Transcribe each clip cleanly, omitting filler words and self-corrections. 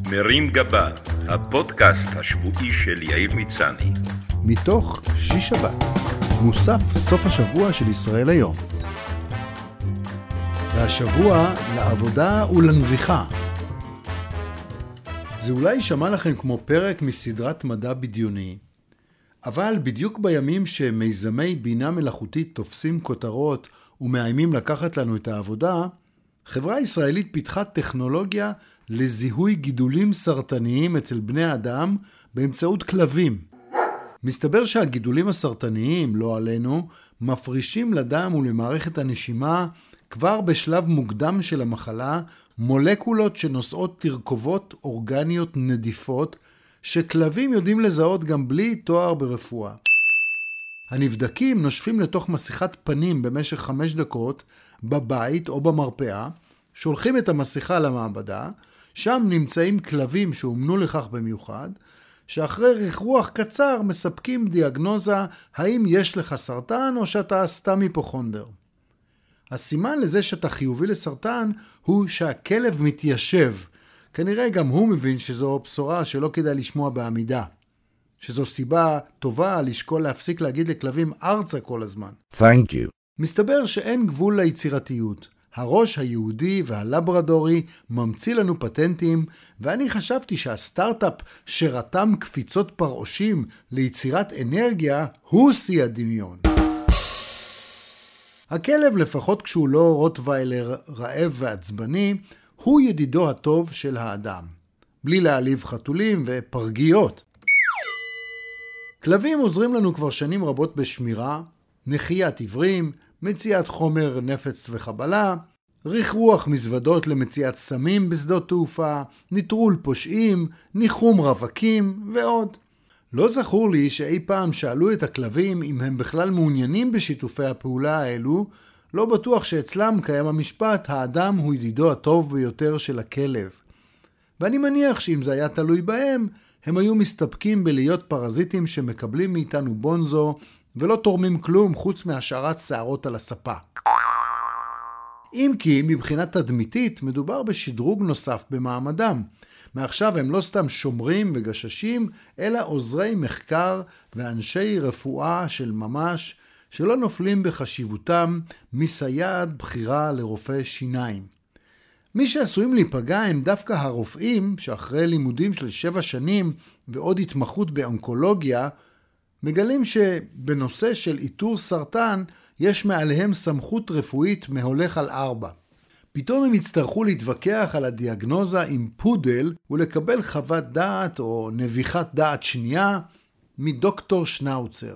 מרים גבה, הפודקאסט השבועי של יאיר מצני. מתוך שיש שבת, מוסף סוף השבוע של ישראל היום. והשבוע לעבודה ולנביחה. זה אולי יישמע לכם כמו פרק מסדרת מדע בדיוני, אבל בדיוק בימים שמיזמי בינה מלאכותית תופסים כותרות ומאיימים לקחת לנו את העבודה, חברה ישראלית פיתחה טכנולוגיה לזיהוי גידולים סרטניים אצל בני אדם באמצעות כלבים. מסתבר שהגידולים הסרטניים, לא עלינו, מפרישים לדם ולמערכת הנשימה כבר בשלב מוקדם של המחלה מולקולות שנושאות תרכובות אורגניות נדיפות שכלבים יודעים לזהות גם בלי תואר ברפואה. הנבדקים נושפים לתוך מסכת פנים במשך 5 דקות בבית או במרפאה, שולחים את המסכה למעבדה, שם נמצאים כלבים שאומנו לכך במיוחד, שאחרי ריחרוח קצר מספקים דיאגנוזה האם יש לך סרטן או שאתה סתם היפוכונדר. הסימן לזה שאתה חיובי לסרטן הוא שהכלב מתיישב. כנראה גם הוא מבין שזו בשורה שלא כדאי לשמוע בעמידה. שזו סיבה טובה לשקול להפסיק להגיד לכלבים ארצה כל הזמן. Thank you. מסתבר שאין גבול ליצירתיות. הראש היהודי והלברדורי ממציא לנו פטנטים, ואני חשבתי שהסטארט-אפ שרתם קפיצות פרעושים ליצירת אנרגיה הוא שיא הדמיון. הכלב, לפחות כשהוא לא רוטוויילר רעב ועצבני, הוא ידידו הטוב של האדם, בלי להעליב חתולים ופרגיות. כלבים עוזרים לנו כבר שנים רבות בשמירה, נחיית עיוורים, מציאת חומר נפץ וחבלה, ריחרוח מזוודות למציאת סמים בשדות תעופה, נטרול פושעים, ניחום רווקים ועוד. לא זכור לי שאי פעם שאלו את הכלבים אם הם בכלל מעוניינים בשיתופי הפעולה האלו, לא בטוח שאצלם קיים המשפט, האדם הוא ידידו הטוב ביותר של הכלב. ואני מניח שאם זה היה תלוי בהם, הם היו מסתפקים בלהיות פרזיטים שמקבלים מאיתנו בונזו, ולא תורמים כלום חוץ מהשארת שערות על הספה. אם כי מבחינת תדמיתית מדובר בשדרוג נוסף במעמדם. מעכשיו הם לא סתם שומרים וגששים, אלא עוזרי מחקר ואנשי רפואה של ממש, שלא נופלים בחשיבותם מסייעת בחירה לרופא שיניים. מי שעשויים להיפגע הם דווקא הרופאים שאחרי לימודים של 7 שנים ועוד התמחות באונקולוגיה, מגלים שבנושא של איתור סרטן יש מעליהם סמכות רפואית מהולך על 4. פתאום הם יצטרכו להתווכח על הדיאגנוזה עם פודל ולקבל חוות דעת או נביחת דעת שנייה מדוקטור שנאוצר.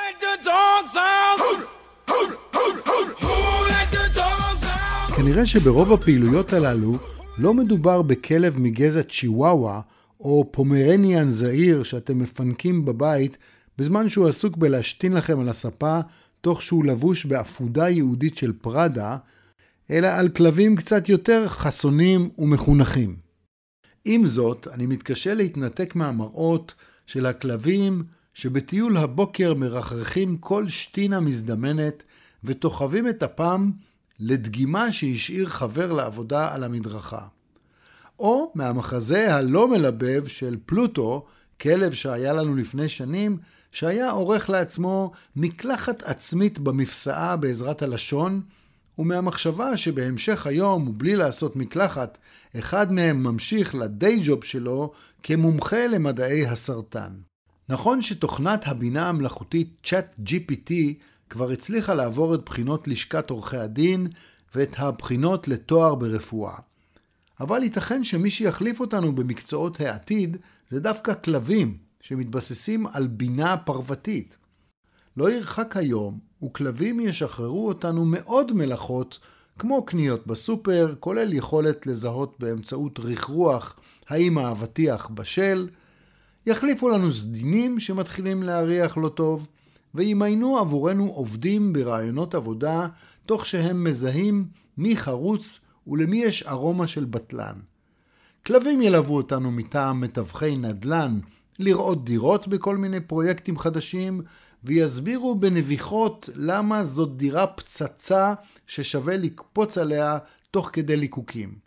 כנראה שברוב הפעילויות הללו לא מדובר בכלב מגזע צ'יוואווה או פומרניאן זעיר שאתם מפנקים בבית בזמן שהוא עסוק בלהשתין לכם על הספה תוך שהוא לבוש באפודה יהודית של פרדה, אלא על כלבים קצת יותר חסונים ומחונכים. עם זאת, אני מתקשה להתנתק מהמראות של הכלבים שבטיול הבוקר מרחרחים כל שתינה מזדמנת ותוחבים את אפם לדגימה שהשאיר חבר לעבודה על המדרכה. או מהמחזה הלא מלבב של פלוטו, כלב שהיה לנו לפני שנים, שהיה עורך לעצמו מקלחת עצמית במפסעה בעזרת הלשון, ומהמחשבה שבהמשך היום ובלי לעשות מקלחת, אחד מהם ממשיך לדיי ג'וב שלו כמומחה למדעי הסרטן. נכון שתוכנת הבינה המלאכותית צ'אט GPT כבר הצליחה לעבור את בחינות לשכת עורכי הדין ואת הבחינות לתואר ברפואה. אבל ייתכן שמי שיחליף אותנו במקצועות העתיד זה דווקא כלבים שמתבססים על בינה פרוותית. לא ירחק היום וכלבים ישחררו אותנו מאוד מלאכות כמו קניות בסופר, כולל יכולת לזהות באמצעות ריחרוח האם האבטיח בשל, יחליפו לנו סדינים שמתחילים להריח לא טוב, וימיינו עבורנו עובדים ברעיונות עבודה תוך שהם מזהים מי חרוץ ולמי יש ארומה של בטלן. כלבים ילוו אותנו מטעם מתווכי נדל"ן לראות דירות בכל מיני פרויקטים חדשים, ויסבירו בנביחות למה זאת דירה פצצה ששווה לקפוץ עליה תוך כדי ליקוקים.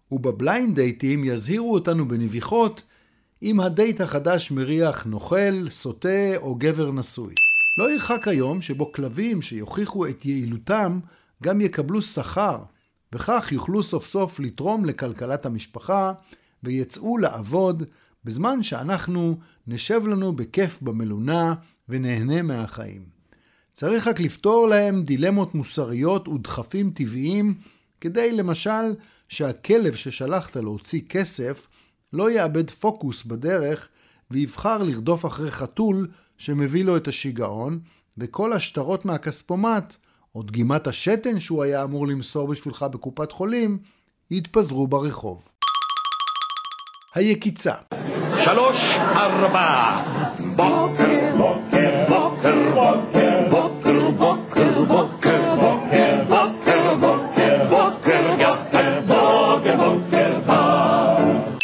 ובבליינד דייטים יזהירו אותנו בנביחות אם הדייט החדש מריח נוכל, סוטה או גבר נשוי. לא ירחק היום שבו כלבים שיוכיחו את יעילותם גם יקבלו שכר, וכך יוכלו סוף סוף לתרום לכלכלת המשפחה ויצאו לעבוד בזמן שאנחנו נשב לנו בכיף במלונה ונהנה מהחיים. צריך רק לפתור להם דילמות מוסריות ודחפים טבעיים כדי למשל שהכלב ששלחת להוציא כסף לא יאבד פוקוס בדרך ויבחר לרדוף אחרי חתול שמביא לו את השיגעון, וכל השטרות מהכספומט או דגימת השתן שהוא היה אמור למסור בשבילך בקופת חולים יתפזרו ברחוב. היקיצה. 3-4 בוקר בוקר בוקר בוקר בוקר בוקר בוקר בוקר בוקר בוקר בוקר בוקר בוקר בוקר.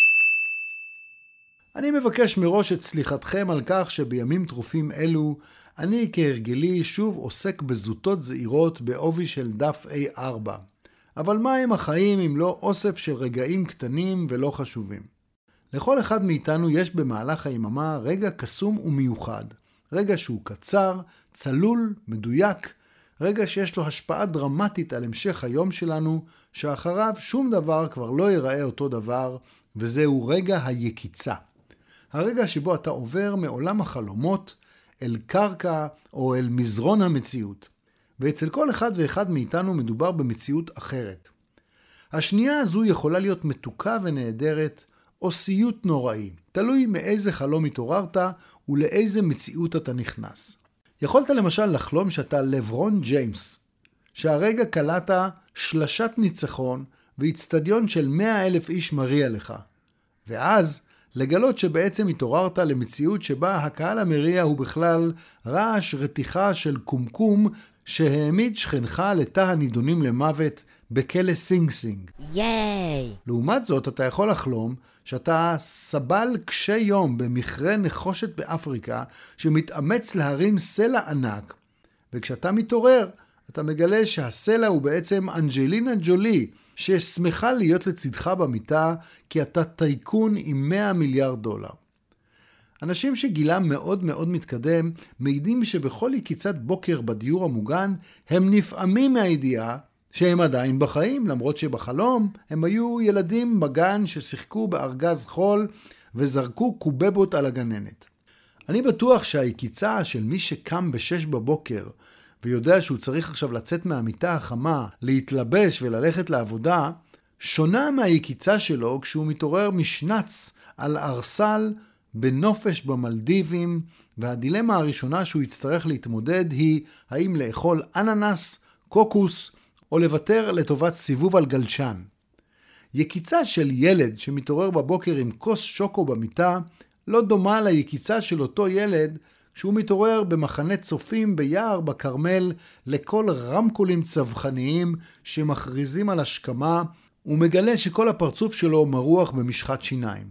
אני מבקש מראש את סליחתכם על כך שבימים טרופים אלו אני כהרגלי שוב עוסק בזוטות זעירות בעובי של דף A4. אבל מה הם החיים אם לא אוסף של רגעים קטנים ולא חשובים? לכל אחד מאיתנו יש במהלך היממה רגע קסום ומיוחד. רגע שהוא קצר, צלול, מדויק. רגע שיש לו השפעה דרמטית על המשך היום שלנו, שאחריו שום דבר כבר לא ייראה אותו דבר, וזהו רגע היקיצה. הרגע שבו אתה עובר מעולם החלומות אל קרקע או אל מזרון המציאות. ואצל כל אחד ואחד מאיתנו מדובר במציאות אחרת. השנייה הזו יכולה להיות מתוקה ונהדרת, או סיוט נוראי, תלוי מאיזה חלום התעוררת ולאיזה מציאות אתה נכנס. יכולת למשל לחלום שאתה לברון ג'יימס, שהרגע קלעת שלשת ניצחון ואצטדיון של 100,000 איש מריע לך, ואז לגלות שבעצם התעוררת למציאות שבה הקהל המריע הוא בכלל רעש רתיחה של קומקום שהעמיד שכנך לתא הנידונים למוות בכלא סינג סינג. ייי! לעומת זאת אתה יכול לחלום שאתה סבל קשה יום במכרה נחושת באפריקה שמתאמץ להרים סלע ענק, וכשאתה מתעורר אתה מגלה שהסלע הוא בעצם אנג'לינה ג'ולי ששמחה להיות לצדך במיטה כי אתה טייקון עם $100 מיליארד. אנשים שגילם מאוד מאוד מתקדם מעידים שבכל יקיצת בוקר בדיור המוגן הם נפעמים מהידיעה שהם עדיין בחיים, למרות שבחלום הם היו ילדים בגן ששיחקו בארגז חול וזרקו קובבות על הגננת. אני בטוח שהיקיצה של מי שקם ב-6 בבוקר ויודע שהוא צריך עכשיו לצאת מהמיטה החמה, להתלבש וללכת לעבודה, שונה מהיקיצה שלו כשהוא מתעורר משנץ על ארסל בנופש במלדיבים, והדילמה הראשונה שהוא יצטרך להתמודד היא האם לאכול אננס, קוקוס או לוותר לטובת סיבוב על גלשן. יקיצה של ילד שמתעורר בבוקר עם כוס שוקו במיטה לא דומה ליקיצה של אותו ילד שהוא מתעורר במחנה צופים ביער בקרמל לכל רמקולים צווחניים שמכריזים על השכמה ומגלה שכל הפרצוף שלו מרוח במשחת שיניים.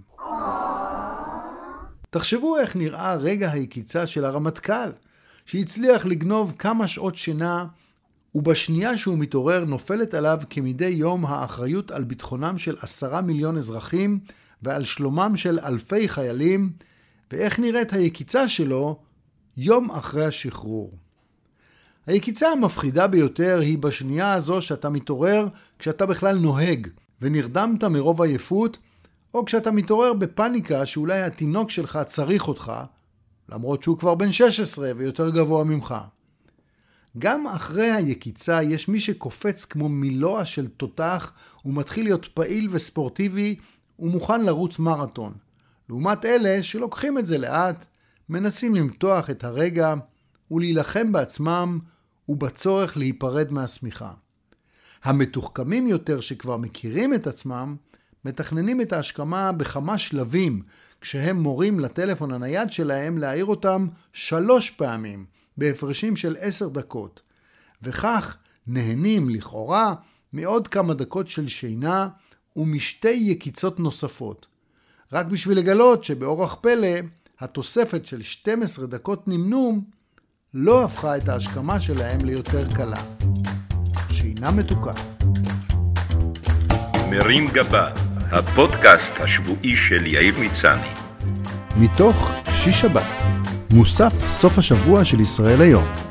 תחשבו איך נראה רגע היקיצה של הרמטכ"ל, שהצליח לגנוב כמה שעות שינה, ובשנייה שהוא מתעורר נופלת עליו כמדי יום האחריות על ביטחונם של 10 מיליון אזרחים ועל שלומם של אלפי חיילים, ואיך נראית היקיצה שלו יום אחרי השחרור. היקיצה המפחידה ביותר היא בשנייה הזו שאתה מתעורר כשאתה בכלל נוהג ונרדמת מרוב עייפות, או כשאתה מתעורר בפניקה שאולי התינוק שלך צריך אותך, למרות שהוא כבר בן 16 ויותר גבוה ממך. גם אחרי היקיצה יש מי שקופץ כמו מילוע של תותח ומתחיל להיות פעיל וספורטיבי ומוכן לרוץ מרתון. לעומת אלה שלוקחים את זה לאט, מנסים למתוח את הרגע ולהילחם בעצמם ובצורך להיפרד מהסמיכה. המתוחכמים יותר שכבר מכירים את עצמם, מתכננים את ההשכמה בכמה שלבים, כשהם מורים לטלפון הנייד שלהם להעיר אותם 3 פעמים, בהפרשים של 10 דקות. וכך נהנים לכאורה מעוד כמה דקות של שינה ומשתי יקיצות נוספות. רק בשביל לגלות שבאורח פלא, התוספת של 12 דקות נמנום לא הפכה את ההשכמה שלהם ליותר קלה. שינה מתוקה. מרים גבה הפודקאסט השבועי של יאיר מצני. מתוך שיש שבת, מוסף סוף השבוע של ישראל היום.